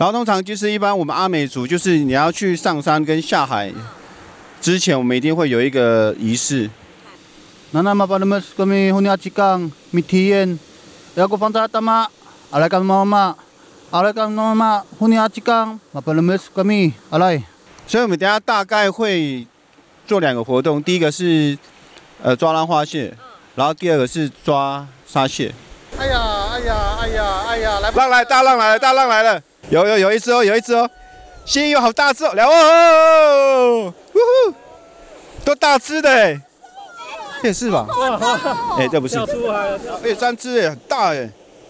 然后通常就是一般我们阿美族，就是你要去上山跟下海之前，我们一定会有一个仪式。 Nana mapalamas kami huni atsikang mithiyen. Yago panta tama alaikan mama huni atsikang mapalamas kami alai。 所以我们等一下大概会做2个活动，第一个是抓浪花蟹，然后第二个是抓沙蟹。 哎呀， 浪来，大浪来了，大浪来了！有一只哦，有一只哦，新鱼好大只哦，哦，都大只的哎，也是吧？哎，这不是，哎，3只哎，很大哎。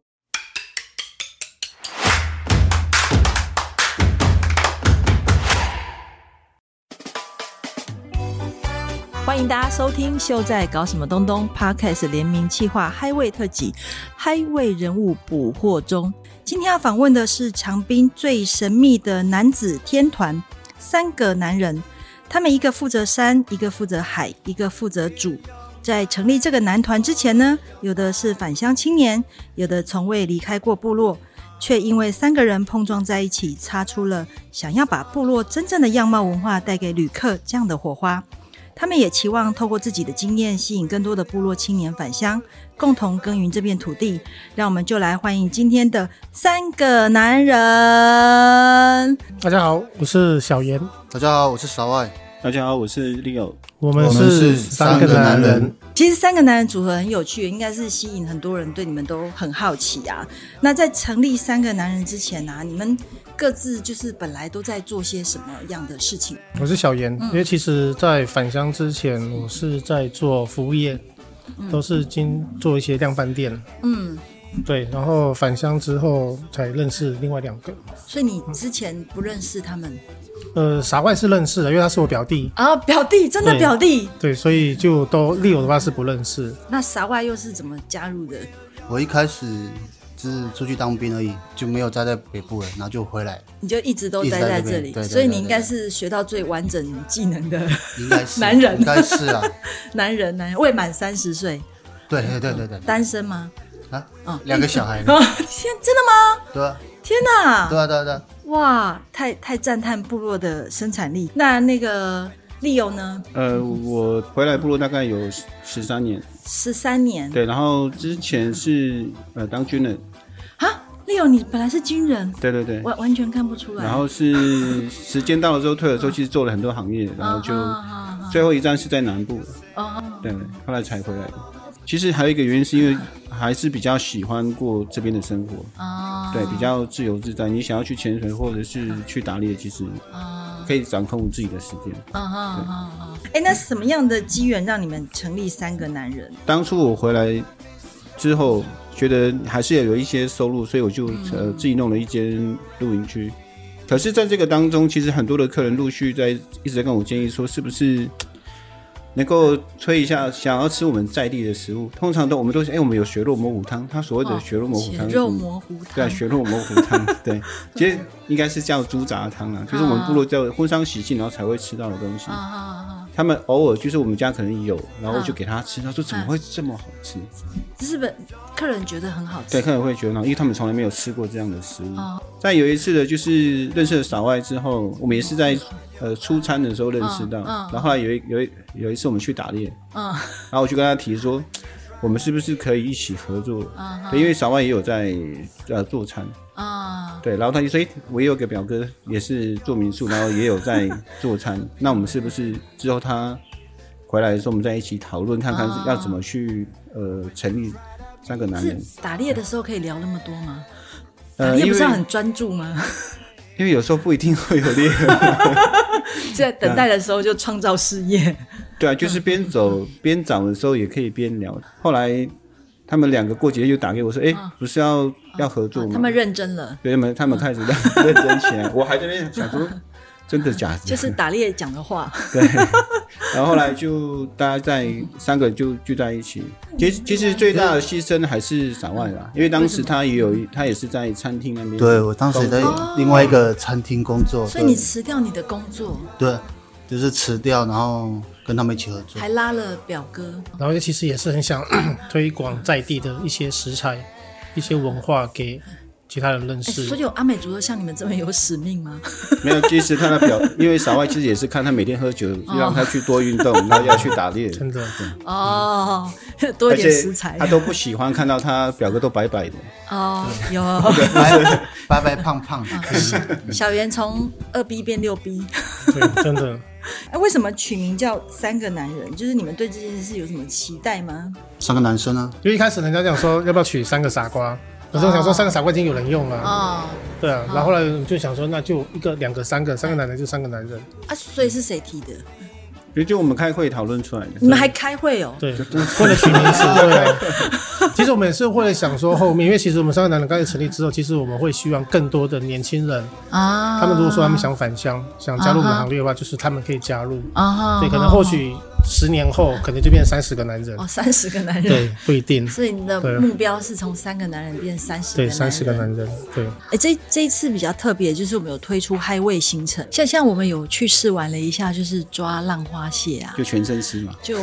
欢迎大家收听秀在搞什么东东 Podcast 联名企划嗨味特辑，嗨味人物捕获中。今天要访问的是长滨最神秘的男子天团，3个男人，他们一个负责山，一个负责海，一个负责煮。在成立这个男团之前呢，有的是返乡青年，有的从未离开过部落，却因为3个人碰撞在一起，擦出了想要把部落真正的样貌文化带给旅客这样的火花。他们也期望透过自己的经验，吸引更多的部落青年返乡，共同耕耘这片土地。让我们就来欢迎今天的3个男人。 大家好，我是小严。 大家好，我是小外。 大家好，我是 Leo。 我们是3个男人。 其实3个男人组合很有趣，应该是吸引很多人对你们都很好奇啊。那在成立3个男人之前啊，你们各自就是本来都在做些什么样的事情？ 我是小严，因为其实在返乡之前我是在做服务业，都是做一些量贩店。对，然后返乡之后才认识另外2个。 所以你之前不认识他们？ 傻外是认识的，因为他是我表弟。 啊，表弟，真的表弟。 对，所以就都Leo的话是不认识。 那傻外又是怎么加入的？ 我一开始只是出去当兵而已，就没有待在北部了，然后就回来。 你就一直都待在这里，所以你应该是学到最完整技能的应该是男人， 应该是啊。 男人未满30岁。 对， 单身吗 ？2个小孩呢。 天，真的吗？ 对啊。 天哪！ 对啊。 哇，太赞叹部落的生产力。那个 Leo 呢？ 我回来部落大概有13年。 13年。 对，然后之前是当军人。 啊 ，Leo， 你本来是军人？ 对， 完全看不出来。 然后是时间到了之后退了之后，其实做了很多行业，然后就最后一站是在南部。对，后来才回来的。其实还有一个原因是因为还是比较喜欢过这边的生活。对，比较自由自在。你想要去潜水或者是去打猎，其实可以掌控自己的时间。 那什么样的机缘让你们成立3个男人？ 当初我回来之后，觉得还是有一些收入，所以我就自己弄了一间露营区。可是在这个当中，其实很多的客人陆续一直在跟我建议说，是不是能够推一下，想要吃我们在地的食物。通常我们都是我们有血肉模糊汤，他所谓的血肉模糊汤， 血肉模糊汤， 对，血肉模糊汤，对，其实应该是叫猪杂汤啊，就是我们部落叫婚丧喜庆然后才会吃到的东西。他们偶尔就是我们家可能有，然后就给他吃，他说怎么会这么好吃？ 日本客人觉得很好吃， 对，客人会觉得很好，因为他们从来没有吃过这样的食物。在有一次的就是认识了傻外之后，我们也是在出餐的时候认识到，然后后来有一次我们去打猎，然后我就跟他提说，我们是不是可以一起合作？因为傻外也有在做餐。对，然后他就说，我也有个表哥也是做民宿，然后也有在做餐，那我们是不是之后他回来的时候，我们再一起讨论看看要怎么去成立3个男人？ 打猎的时候可以聊那么多吗？打猎不是要很专注吗？ 因为有时候不一定会有猎人， 在等待的时候就创造事业。 对啊，就是边走边找的时候也可以边聊。后来他们2个过节就打给我说，不是要合作吗？ 他们认真了。 对，他们开始认真起来。我还在那边想说，真的假的？ 就是打猎讲的话。 对。然后后来就大家3个就聚在一起。其实最大的牺牲还是傻外啦，因为当时他也是在餐厅那边。 对，我当时在另外一个餐厅工作。 所以你辞掉你的工作？ 对，就是辞掉，然后跟他们一起合作， 还拉了表哥。 然后其实也是很想推广在地的一些食材、一些文化给其他人认识。 所以阿美族都像你们这么有使命吗？ 没有，其实他的因为少外其实也是看他每天喝酒，就让他去多运动，然后要去打猎。 真的哦，多一点食材。 他都不喜欢看到他表哥都白白的。 哦，有白白胖胖的。小圆从2B 变6B。 对，真的。 为什么取名叫3个男人？就是你们对这件事有什么期待吗 ？3个男生啊， 因为一开始人家讲说要不要取3个傻瓜，可是我想说3个傻瓜已经有人用了，对啊，然后后来就想说那就1个、2个、3个，3个男人就3个男人啊，所以是谁提的？ 就我们开会讨论出来的。 你们还开会哦？ 对，为了取名字，对啊。其实我们也是会想说后面，因为其实我们3个男人刚才成立之后，其实我们会希望更多的年轻人啊，他们如果说他们想返乡，想加入我们行列的话，就是他们可以加入啊。对，可能或许10年后可能就变30个男人哦 ，30个男人， 对，不一定。 所以你的目标是从3个男人变30个男人， 对，30个男人， 对。这一次比较特别，就是我们有推出嗨味行程，像我们有去试玩了一下，就是抓浪花蟹啊， 就全身湿嘛， 就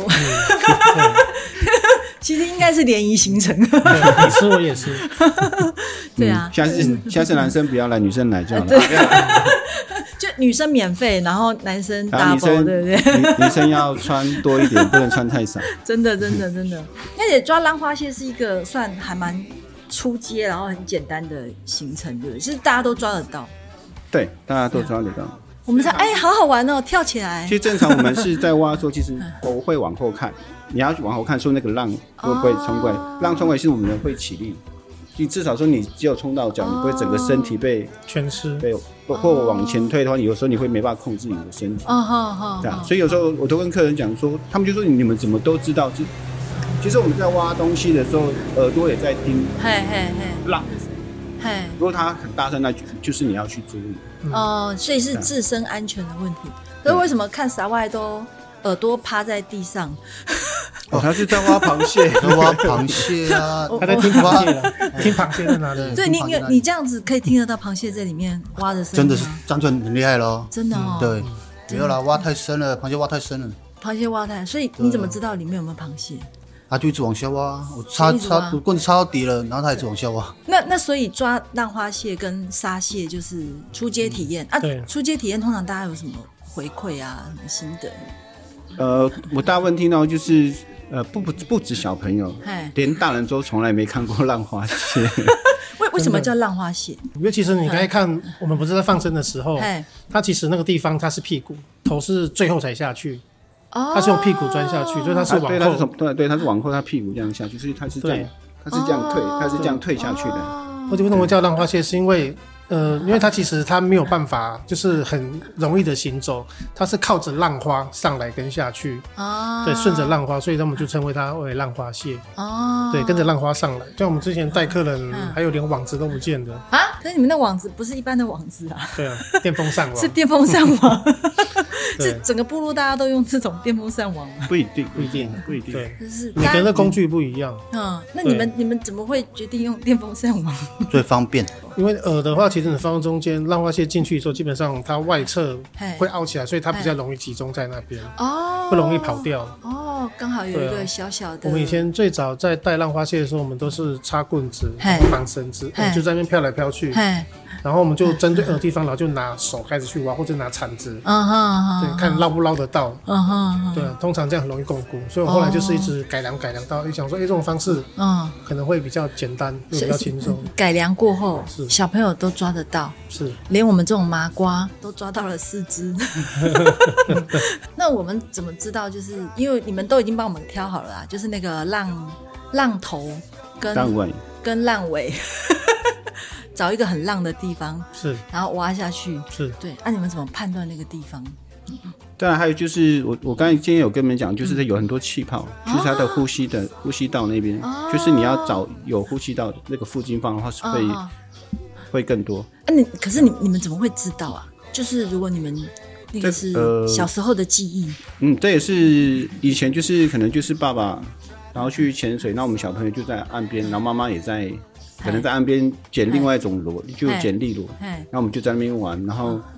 其实应该是联谊行程。 你吃我也吃， 对啊。 下次男生不要来，女生来就好了。 就女生免费，然后男生 double， 对不对？ 女生要穿多一点，不能穿太少。 真的。而且抓浪花蟹是一个算还蛮初阶，然后很简单的行程，对不对？其实大家都抓得到。对， 大家都抓得到。 我们好好玩哦，跳起来。 其实正常我们是在挖的时候，其实我会往后看，你要往后看，说那个浪会不会冲过来？浪冲过来是我们会起立。你至少说你只有冲到脚，你不会整个身体被全湿， 或往前推的话，你有时候你会没办法控制你的身体。对啊，所以有时候我都跟客人讲说，他们就说你们怎么都知道？其实我们在挖东西的时候，耳朵也在听浪的声音。如果它很大声，那就是你要去注意。 所以是自身安全的问题。所以为什么看傻外都耳朵趴在地上？ 他是在挖螃蟹， 挖螃蟹啊， 他在听螃蟹了，听螃蟹在哪里？ 对，你这样子可以听得到螃蟹在里面挖的声音， 真的是这样就很厉害咯。 真的哦。 对，没有啦，挖太深了，螃蟹挖太深了。 螃蟹挖太，所以你怎么知道里面有没有螃蟹？ 他就一直往下挖，我棍子插到底了，然后他一直往下挖。 那所以抓浪花蟹跟沙蟹就是初阶体验啊。初阶体验通常大家有什么回馈啊？什么心得？ 我大部分听到就是不止小朋友，连大人都从来没看过浪花蟹。 为什么叫浪花蟹？ 因为其实你刚才看，我们不是在放生的时候，它其实那个地方它是屁股，头是最后才下去。它是用屁股钻下去，所以它是往后。 对，它是往后，它屁股这样下去，所以它是这样退，它是这样退下去的。 而且为什么叫浪花蟹？是因为因为它其实它没有办法，就是很容易的行走，它是靠着浪花上来跟下去。对，顺着浪花，所以他们就称为它为浪花蟹。对，跟着浪花上来。像我们之前带客人，还有连网子都不见的啊！可是你们的网子不是一般的网子啊？ 对啊，电风扇网是电风扇网。是整个部落大家都用这种电风扇网吗？ 不一定。 对，就是每个人的工具不一样。 那你们怎么会决定用电风扇网？ 最方便。 因为饵的话，其实你放在中间，浪花蟹进去的时候，基本上它外侧会凹起来，所以它比较容易集中在那边，不容易跑掉。 刚好有一个小小的。 我们以前最早在带浪花蟹的时候，我们都是插棍子、绑绳子，就在那边飘来飘去。然后我们就针对饵地方，然后就拿手开始去挖，或者拿铲子，对，看捞不捞得到。对，通常这样很容易共估，所以我后来就是一直改良到，一想说，这种方式，可能会比较简单，又比较轻松。 改良过后，小朋友都抓得到， 是， 连我们这种麻瓜都抓到了4只。那我们怎么知道？就是因为你们都已经帮我们挑好了啦，就是那个浪头跟浪尾。找一个很浪的地方， 是， 然后挖下去， 是， 对。你们怎么判断那个地方？ 当然还有就是我刚才今天有跟你们讲，就是有很多气泡，就是它的呼吸道那边，就是你要找有呼吸道那个附近放的话，是会更多。 可是你们怎么会知道啊？就是如果你们那个是小时候的记忆， 这也是以前就是可能就是爸爸然后去潜水，那我们小朋友就在岸边，然后妈妈也在。可能在岸边捡另外一种螺，就捡利螺，然后我们就在那边玩，然后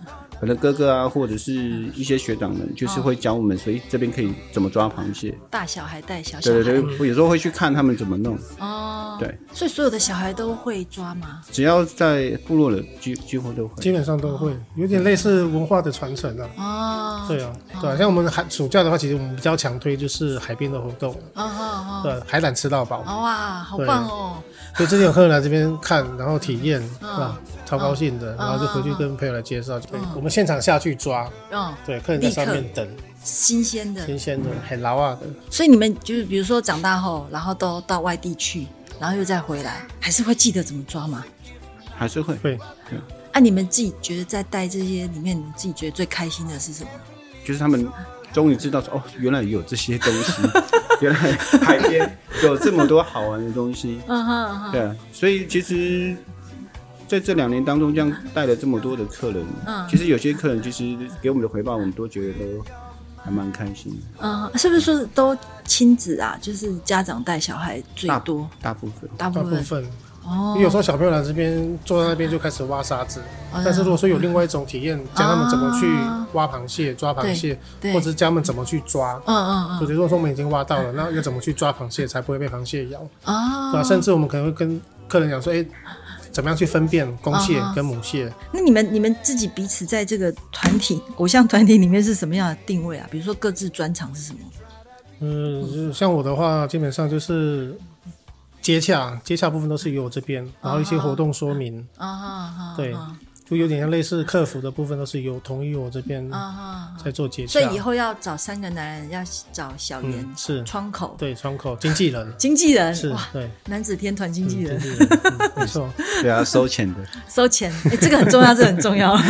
可能哥哥啊，或者是一些学长们，就是会教我们，所以这边可以怎么抓螃蟹。 大小孩带小小孩， 对，我有时候会去看他们怎么弄。对， 所以所有的小孩都会抓吗？ 只要在部落的几乎都会， 基本上都会，有点类似文化的传承啊。对啊，像我们暑假的话，其实我们比较强推就是海边的活动。对，海胆吃到饱。 哇，好棒哦！ 所以之前有客人来这边看，然后体验，超高兴的，然后就回去跟朋友来介绍。我们现场下去抓，对，客人在上面等， 新鲜的， 很牢啊的。 所以你们就是比如说长大后，然后都到外地去，然后又再回来，还是会记得怎么抓吗？ 还是会。 你们自己觉得在带这些里面，你自己觉得最开心的是什么？ 就是他们终于知道说，原来有这些东西，原来海边有这么多好玩的东西。对啊，所以其实在这2年当中，这样带了这么多的客人，其实有些客人其实给我们的回报，我们都觉得都还蛮开心的。 是不是说都亲子啊？就是家长带小孩最多， 大部分。 因为有时候小朋友来这边坐在那边就开始挖沙子，但是如果说有另外一种体验，教他们怎么去挖螃蟹、抓螃蟹，或者是教他们怎么去抓，就比如说我们已经挖到了，那要怎么去抓螃蟹才不会被螃蟹咬对甚至我们可能会跟客人讲说，怎么样去分辨公蟹跟母蟹？ 那你们自己彼此在这个团体偶像团体里面是什么样的定位啊？比如说各自专长是什么？ 像我的话，基本上就是接洽部分都是由我这边，然后一些活动说明对，就有点像类似客服的部分都是由同意我这边在做接洽。 所以以后要找3个男人，要找小严， 是窗口， 对，窗口经纪人是，哇，对，男子天团经纪人， 没错， 对啊，收钱的， 这个很重要，这个很重要。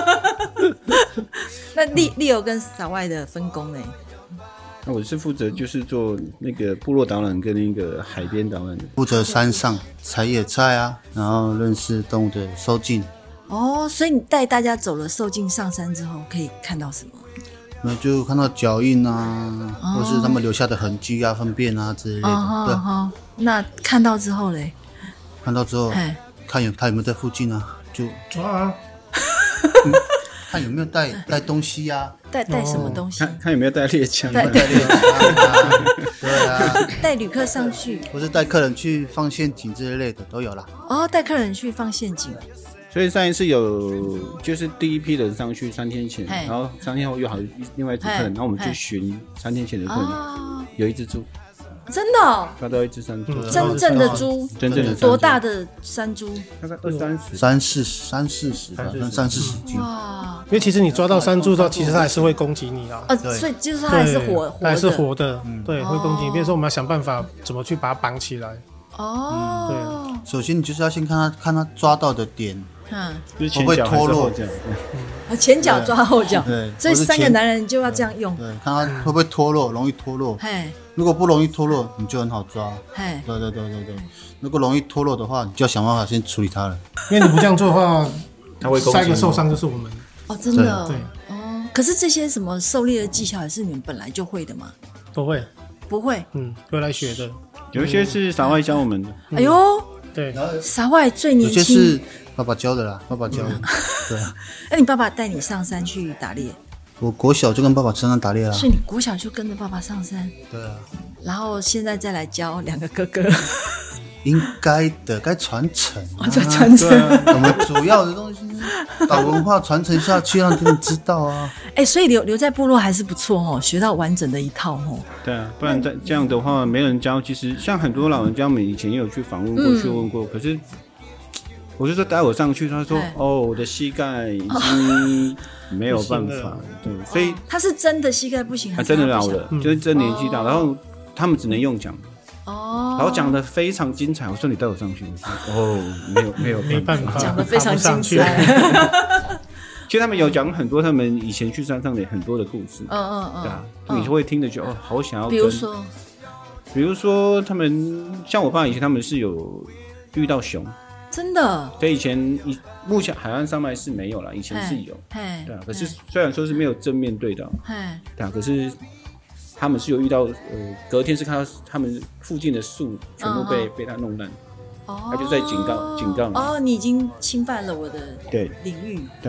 那Leo跟撒外的分工呢？ 那我是负责就是做那个部落导览跟那个海边导览的， 负责山上采野菜啊，然后认识动物的收进。 所以你带大家走了受尽上山之后，可以看到什么？ 那就看到脚印啊，或是他们留下的痕迹啊、粪便啊之类的。对。 那看到之后嘞？ 看到之后，看他有没有在附近啊，就抓啊。 看有没有带东西啊？ 带什么东西？ 看有没有带猎枪？ 带猎枪啊，对啊。 带旅客上去， 或是带客人去放陷阱之类的都有啦。 带客人去放陷阱。 所以上一次有就是第一批的上去3天前，然后3天后又好另外一组客人，然后我们去寻3天前的客人，有一只猪。真的抓到一只山猪， 真正的猪，多大的山猪？ 大概20-30， 三四十吧，30-40斤。 哇！ 因为其实你抓到山猪的话，其实它还是会攻击你啊。 所以就是它还是活的， 还是活的，对，会攻击你。比如说我们要想办法怎么去把它绑起来。 对。 首先你就是要先看它抓到的点， 会不会脱落？ 前脚抓后脚，对，所以3个男人就要这样用。 对，看它会不会脱落，容易脱落。如果不容易脱落，你就很好抓。对。如果容易脱落的话，你就要想办法先处理它了。 因为你不这样做的话，下一个受伤就是我们。 真的。 对。 可是这些什么狩猎的技巧，也是你们本来就会的吗？ 不会。回来学的。 有一些是撒外教我们的。 哎呦， 对， 撒外最年轻。 有些是爸爸教的啦，爸爸教的。对啊。 你爸爸带你上山去打猎？ 我国小就跟爸爸上山打猎啦。 所以你国小就跟着爸爸上山？ 对啊。 然后现在再来教2个哥哥。 应该的，该传承。 传承。 我们主要的东西，把文化传承下去，让他们知道啊。 所以留在部落还是不错学到完整的一套对啊，不然这样的话没人教。其实像很多老人家，我们以前也有去访问过，去问过，可是我就说带我上去，他说我的膝盖已经没有办法，对，所以他是真的膝盖不行， 他真的老了，就是真年纪大，然后他们只能用讲。然后讲的非常精彩，我说你带我上去，没办法， 讲的非常精彩。 其实他们有讲很多他们以前去山上的很多的故事，对啊，你就会听着就好想要跟。比如说他们像我爸以前他们是有遇到熊， 真的。 对，以前目前海岸上面是没有了，以前是有，对啊，可是虽然说是没有正面对到，对啊，可是。他们是有遇到，隔天是看到他们附近的树全部被他弄烂，他就在警告你。 你已经侵犯了我的领域。 对，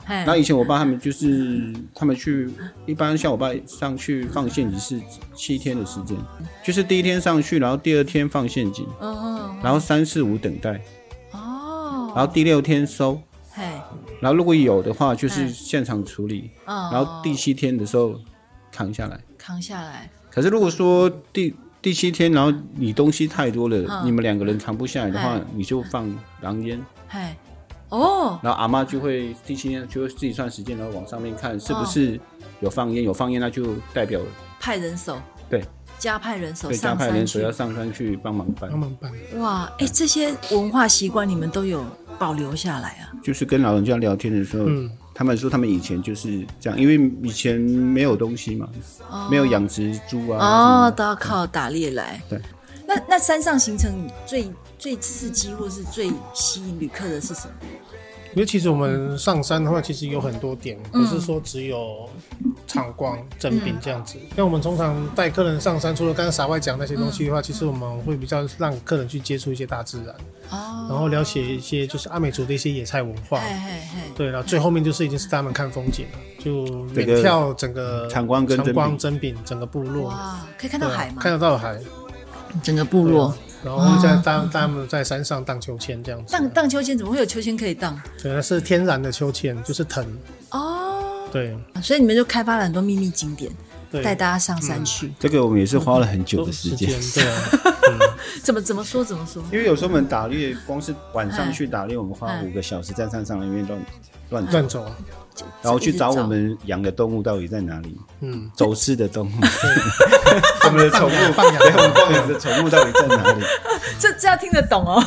然后以前我爸他们就是他们去，一般像我爸上去放陷阱是7天的时间，就是第一天上去，然后第2天放陷阱，然后3、4、5等待，然后第6天收，然后如果有的话就是现场处理，然后第7天的时候扛下来。可是如果说第7天，然后你东西太多了，你们2个人扛不下来的话，你就放狼烟。然后阿嬷就会第7天就会自己算时间，然后往上面看是不是有放烟，有放烟那就代表派人手， 对， 加派人手， 对，加派人手要上山去帮忙搬。 哇，这些文化习惯你们都有保留下来啊？ 就是跟老人家聊天的时候，他们说他们以前就是这样，因为以前没有东西嘛，没有养殖猪啊， 都要靠打猎来。 对， 那山上行程最刺激或是最吸引旅客的是什么？ 因为其实我们上山的话，其实有很多点，不是说只有场光、征兵这样子。像我们通常带客人上山，除了刚刚傻外讲那些东西的话，其实我们会比较让客人去接触一些大自然，然后了解一些就是阿美族的一些野菜文化。对，然后最后面就是已经是他们看风景了，就远眺整个场光跟征兵整个部落。 哇，可以看到海吗？ 看得到海， 整个部落。 然后再带他们在山上荡秋千这样子。 荡秋千怎么会有秋千可以荡？ 对，那是天然的秋千，就是藤。对， 所以你们就开发了很多秘密景点，带大家上山去。 这个我们也是花了很久的时间。 对啊。 怎么说？ 因为有时候我们打猎，光是晚上去打猎，我们花5个小时在山上里面乱走。然后去找我们养的动物到底在哪里？走失的动物，我们的宠物放养的宠物到底在哪里？ 这要听得懂哦。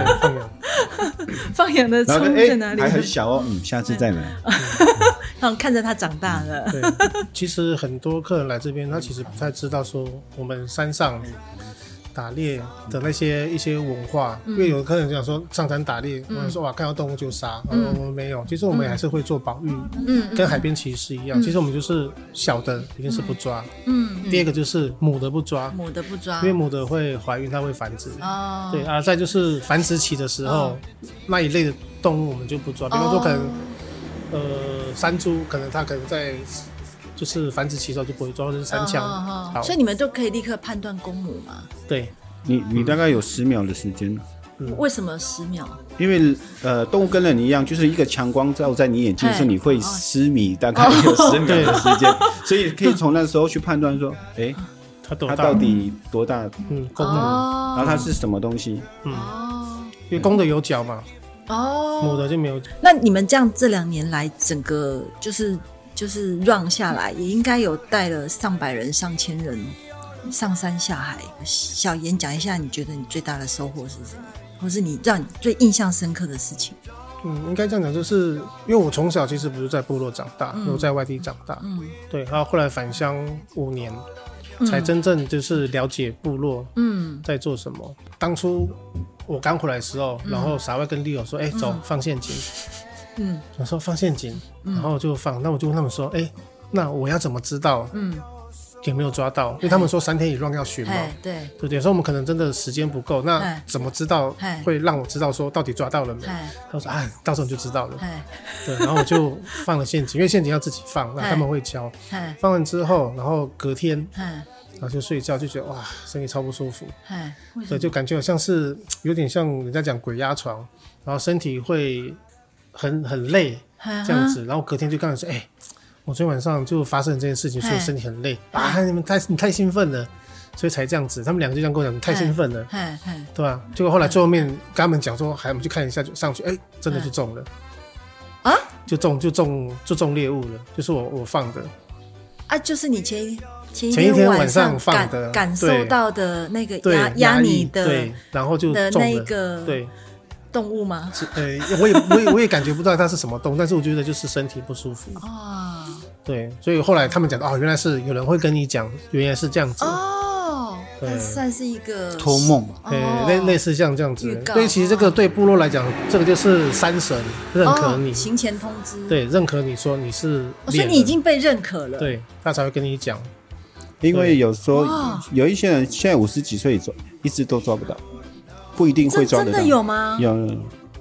放养的宠物在哪里？ 还很小哦，下次再来。 然后看着它长大了。 对，其实很多客人来这边，他其实不太知道说我们山上打猎的一些文化，因为有客人讲说上山打猎，我们说哇看到动物就杀，我们没有，其实我们还是会做保育，跟海边骑士一样，其实我们就是小的一定是不抓，第二个就是母的不抓，因为母的会怀孕，它会繁殖，对啊，再就是繁殖期的时候，那一类的动物我们就不抓，比方说可能山猪，可能它可能在就是繁殖期的时候就不会抓，或者是山羌， 所以你们都可以立刻判断公母吗？ 对， 你大概有10秒的时间。 为什么10秒？ 因为动物跟人一样，就是一个强光照在你眼睛的时候，你会失迷，大概有10秒的时间，所以可以从那时候去判断说，它到底多大？ 公母， 然后它是什么东西？ 因为公的有角嘛，母的就没有。 那你们这样这2年来，整个就是run下来，也应该有带了上百人、上千人上山下海。小妍讲一下，你觉得你最大的收获是什么，或是让你最印象深刻的事情？ 应该这样讲，就是因为我从小其实不是在部落长大，我在外地长大，对，然后后来返乡5年，才真正就是了解部落在做什么。当初我刚回来的时候，然后傻外跟Leo说，走放陷阱。我说放陷阱，然后就放。那我就问他们说，那我要怎么知道有没有抓到？因为他们说3天以上要寻嘛，对，有时候我们可能真的时间不够，那怎么知道会让我知道说到底抓到了没？他说到时候你就知道了。对，然后我就放了陷阱，因为陷阱要自己放，那他们会教。放完之后，然后隔天，然后就睡觉，就觉得哇，身体超不舒服。对，就感觉好像是有点像人家讲鬼压床，然后身体会很累这样子，然后隔天就跟他说，我昨天晚上就发生了这件事情，所以身体很累啊，你太兴奋了，所以才这样子。他们2个就这样跟我讲，你太兴奋了，对吧？结果后来最后面跟他们讲说，我们去看一下，就上去，真的就中了啊，就中猎物了，就是我放的啊，就是你前一天晚上放的， 感受到的那个压你的， 对，然后就中了的那个对。 动物吗？ 我也感觉不到它是什么动物，但是我觉得就是身体不舒服。对，所以后来他们讲原来是有人会跟你讲，原来是这样子。 对，算是一个托梦嘛，类似像这样子。所以其实这个对部落来讲，这个就是山神认可你， 行前通知， 对，认可你说你是猎人， 所以你已经被认可了， 对，他才会跟你讲。 因为有时候有一些人现在50几岁一直都抓不到。不一定会抓得到。 真的有吗？ 有，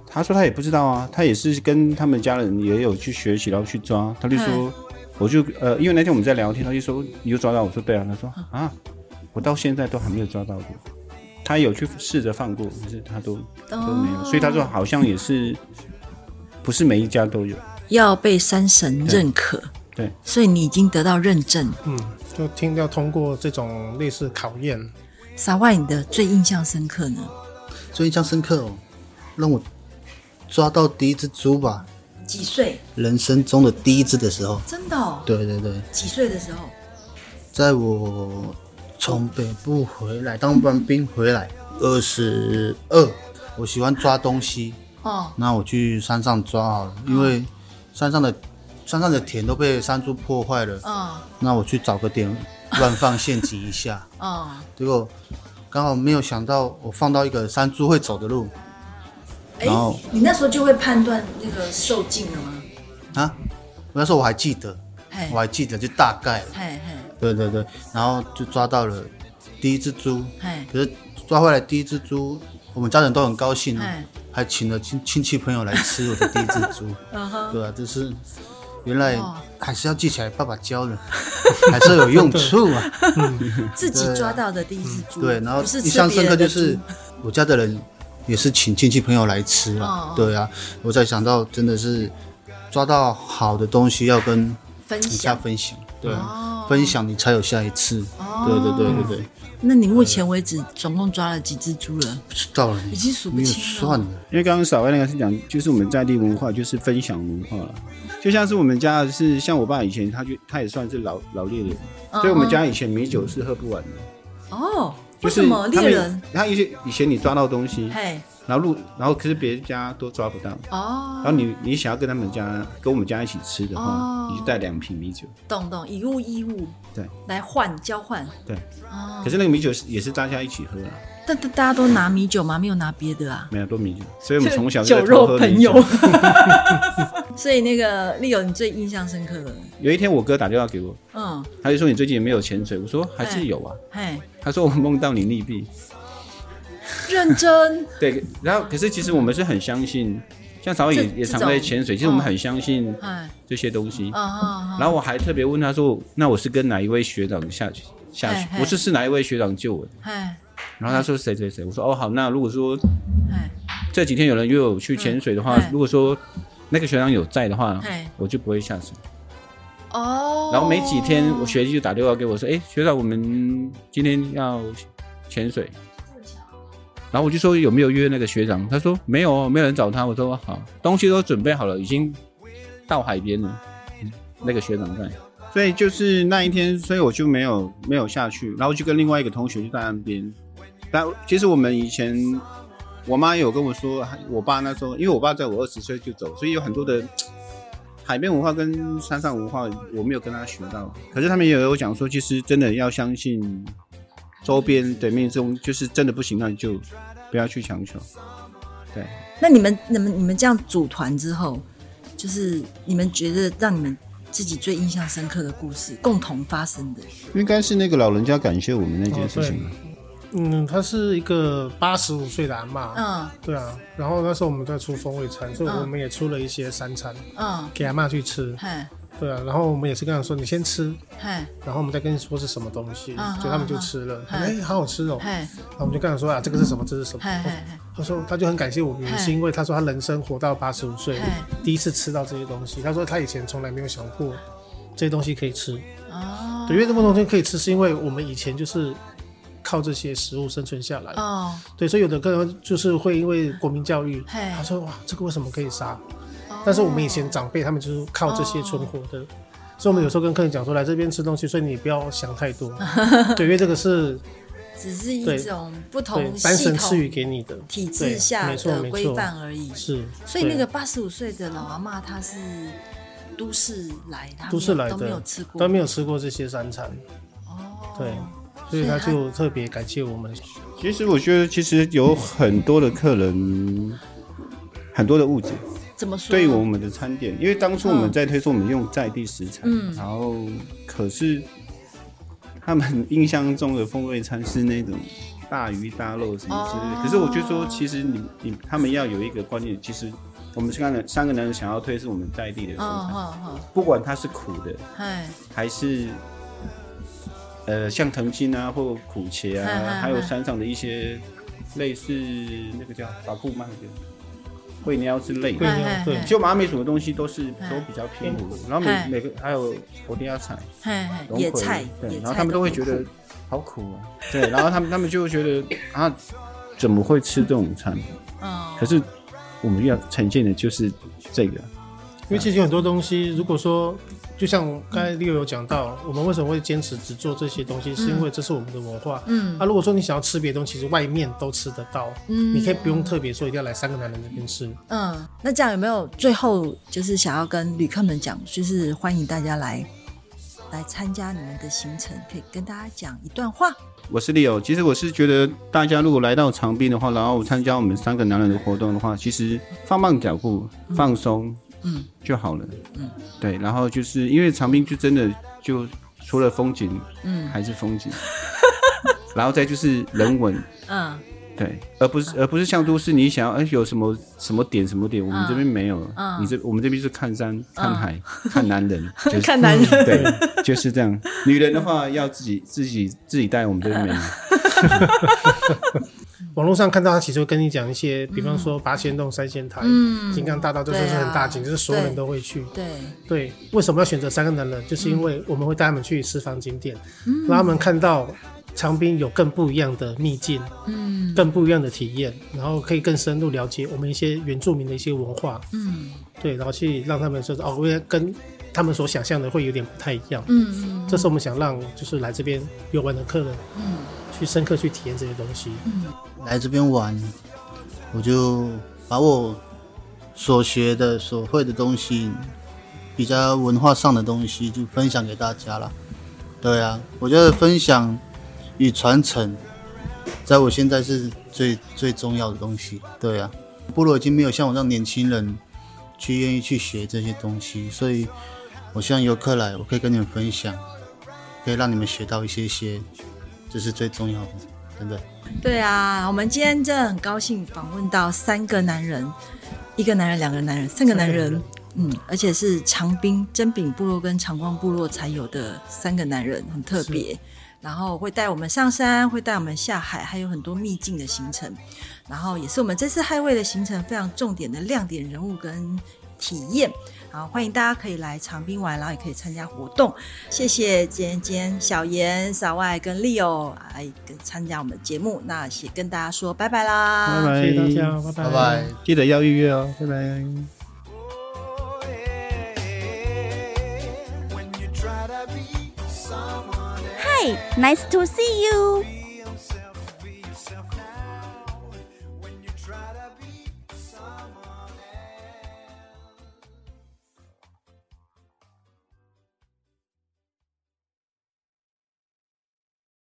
他说他也不知道啊，他也是跟他们家人也有去学习，然后去抓。他就说，我就因为那天我们在聊天，他就说你有抓到？我说对啊。他说啊，我到现在都还没有抓到过。他有去试着放过，可是他都没有。所以他说好像也是不是每一家都有， 要被山神认可。 对， 所以你已经得到认证。 就要通过这种类似考验。 撒外，你的最印象深刻呢？ 最印象深刻让我抓到第一只猪吧。 几岁？ 人生中的第一只的时候。 真的哦？ 对对对。 几岁的时候？ 在我从北部回来，当完兵回来，22。我喜欢抓东西那我去山上抓好了，因为山上的田都被山猪破坏了那我去找个点乱放陷阱一下结果刚好没有想到我放到一个山猪会走的路。然后你那时候就会判断那个受尽了吗？ 那时候我还记得就大概了。对对对，然后就抓到了第一只猪。可是抓回来第一只猪，我们家人都很高兴还请了亲戚朋友来吃我的第一只猪。对啊，就是原来还是要记起来爸爸教的，还是有用处啊。 自己抓到的第一只猪。 对，然后印象深刻就是我家的人也是请亲戚朋友来吃啊。对啊，我才想到真的是抓到好的东西要跟人家分享。对，分享你才有下一次。对对对对对。 那你目前为止总共抓了几只猪了？ 不知道了， 已经数不清了。 没有算了。 因为刚刚扫外那个是讲，就是我们在地文化，就是分享文化了。就像是我们家是像我爸以前，他也算是老猎人，所以我们家以前米酒是喝不完的。 为什么猎人？ 他以前你抓到东西，然后可是别人家都抓不到然后你想要跟我们家一起吃的话，你就带2瓶米酒。 懂，以物易物， 对， 来交换。 对，可是那个米酒也是大家一起喝啊。 但大家都拿米酒吗？没有拿别的啊？ 没有，都米酒。所以我们从小就酒肉朋友。所以那个Leo，你最印象深刻的？ 有一天我哥打电话给我，他就说你最近有没有潜水？我说还是有啊。他说我梦到你溺毙。 认真。 对，然后可是其实我们是很相信，像曹伟也常在潜水，其实我们很相信这些东西。然后我还特别问他说，那我是跟哪一位学长下去？我是哪一位学长救我的？然后他说谁？我说好，那如果说这几天有人约我去潜水的话，如果说那个学长有在的话，我就不会下水。然后没几天，我学弟就打电话给我说，学长，我们今天要潜水。然后我就说有没有约那个学长？他说没有，没有人找他。我说好，东西都准备好了，已经到海边了。那个学长在，所以就是那一天，所以我就没有下去，然后就跟另外一个同学就在岸边。但其实我们以前，我妈有跟我说，我爸那时候，因为我爸在我20岁就走，所以有很多的海边文化跟山上文化，我没有跟他学到。可是他们也有讲说，其实真的要相信周边的民众，就是真的不行，那你就不要去强求。对。 那你们这样组团之后，就是你们觉得让你们自己最印象深刻的故事，共同发生的， 应该是那个老人家感谢我们那件事情。 他是一个85岁的阿嬷。对啊。然后那时候我们在出风味餐，所以我们也出了一些山餐，给阿嬷去吃。对啊，然后我们也是跟他说你先吃，然后我们再跟你说是什么东西，所以他们就吃了，好好吃哦。然后我们就跟他说这个是什么，这是什么。他说他就很感谢我们，是因为他说他人生活到85岁，第一次吃到这些东西。他说他以前从来没有想过这些东西可以吃。对，因为这么多东西可以吃，是因为我们以前就是靠这些食物生存下来。对，所以有的客人就是会因为国民教育，他说哇，这个为什么可以杀？但是我们以前长辈他们就是靠这些存活的，所以我们有时候跟客人讲说，来这边吃东西，所以你不要想太多。对，因为这个是只是一种不同系统单神赐予给你的体制下的规范而已。 是， 所以那个85岁的老阿嬷，她是都市来的，都没有吃过， 都没有吃过这些山餐。对，所以他就特别感谢我们。 其实我觉得，其实有很多的客人，很多的误解。 怎么说？ 对于我们的餐点，因为当初我们在推出我们用在地食材，然后可是他们印象中的风味餐是那种大鱼大肉什么之类的。可是我就说，其实他们要有一个观念，其实我们三个男人想要推是我们在地的生产，不管它是苦的，还是像藤青啊或苦茄啊，还有山上的一些类似那个叫法库曼的桂鸟之类的，对，就马美什么东西都比较偏苦，然后每个还有佛地亚菜、 野菜， 对，然后他们都会觉得好苦啊，对，然后他们就会觉得啊，怎么会吃这种餐？可是我们要呈现的就是这个，因为其实很多东西，如果说就像刚才 Leo 有讲到，我们为什么会坚持只做这些东西，是因为这是我们的文化。如果说你想要吃别的东西，其实外面都吃得到，你可以不用特别说一定要来三个男人这边吃。 那这样有没有最后就是想要跟旅客们讲，就是欢迎大家来参加你们的行程，可以跟大家讲一段话？ 我是 Leo， 其实我是觉得大家如果来到长滨的话，然后参加我们三个男人的活动的话，其实放慢脚步，放松。就好了。对，然后就是因为长滨就真的就除了风景，还是风景，然后再就是人文，对，而不是像都市你想要有什么点，我们这边没有，我们这边是看山、看海、看男人，就是、 看男人， 对，就是这样。女人的话要自己带，我们这边没有。 网络上看到他其实会跟你讲一些，比方说八仙洞、三仙台、金刚大道，这就是很大景，就是所有人都会去。对，为什么要选择三个男人？就是因为我们会带他们去私房景点，让他们看到长滨有更不一样的秘境，更不一样的体验，然后可以更深入了解我们一些原住民的一些文化。对，然后去让他们说跟他们所想象的会有点不太一样。这是我们想让就是来这边游玩的客人，去深刻去体验这些东西。 来这边玩，我就把我所学的、所会的东西，比较文化上的东西，就分享给大家了。对啊，我觉得分享与传承，在我现在是最重要的东西。对啊，部落已经没有像我让年轻人去愿意去学这些东西，所以我希望游客来，我可以跟你们分享，可以让你们学到一些，这是最重要的，真的。 对啊，我们今天真的很高兴访问到三个男人，一个男人、两个男人、三个男人，而且是长滨真柄部落跟长光部落才有的三个男人，很特别。然后会带我们上山，会带我们下海，还有很多秘境的行程。然后也是我们这次Highway的行程非常重点的亮点人物跟体验。好，欢迎大家可以来长滨玩，然后也可以参加活动。谢谢今天小妍、小外跟 Leo 来参加我们的节目，那也跟大家说拜拜啦， 拜拜， 谢谢大家，拜拜拜， 记得要预约哦，拜拜。 Hi, nice to see you.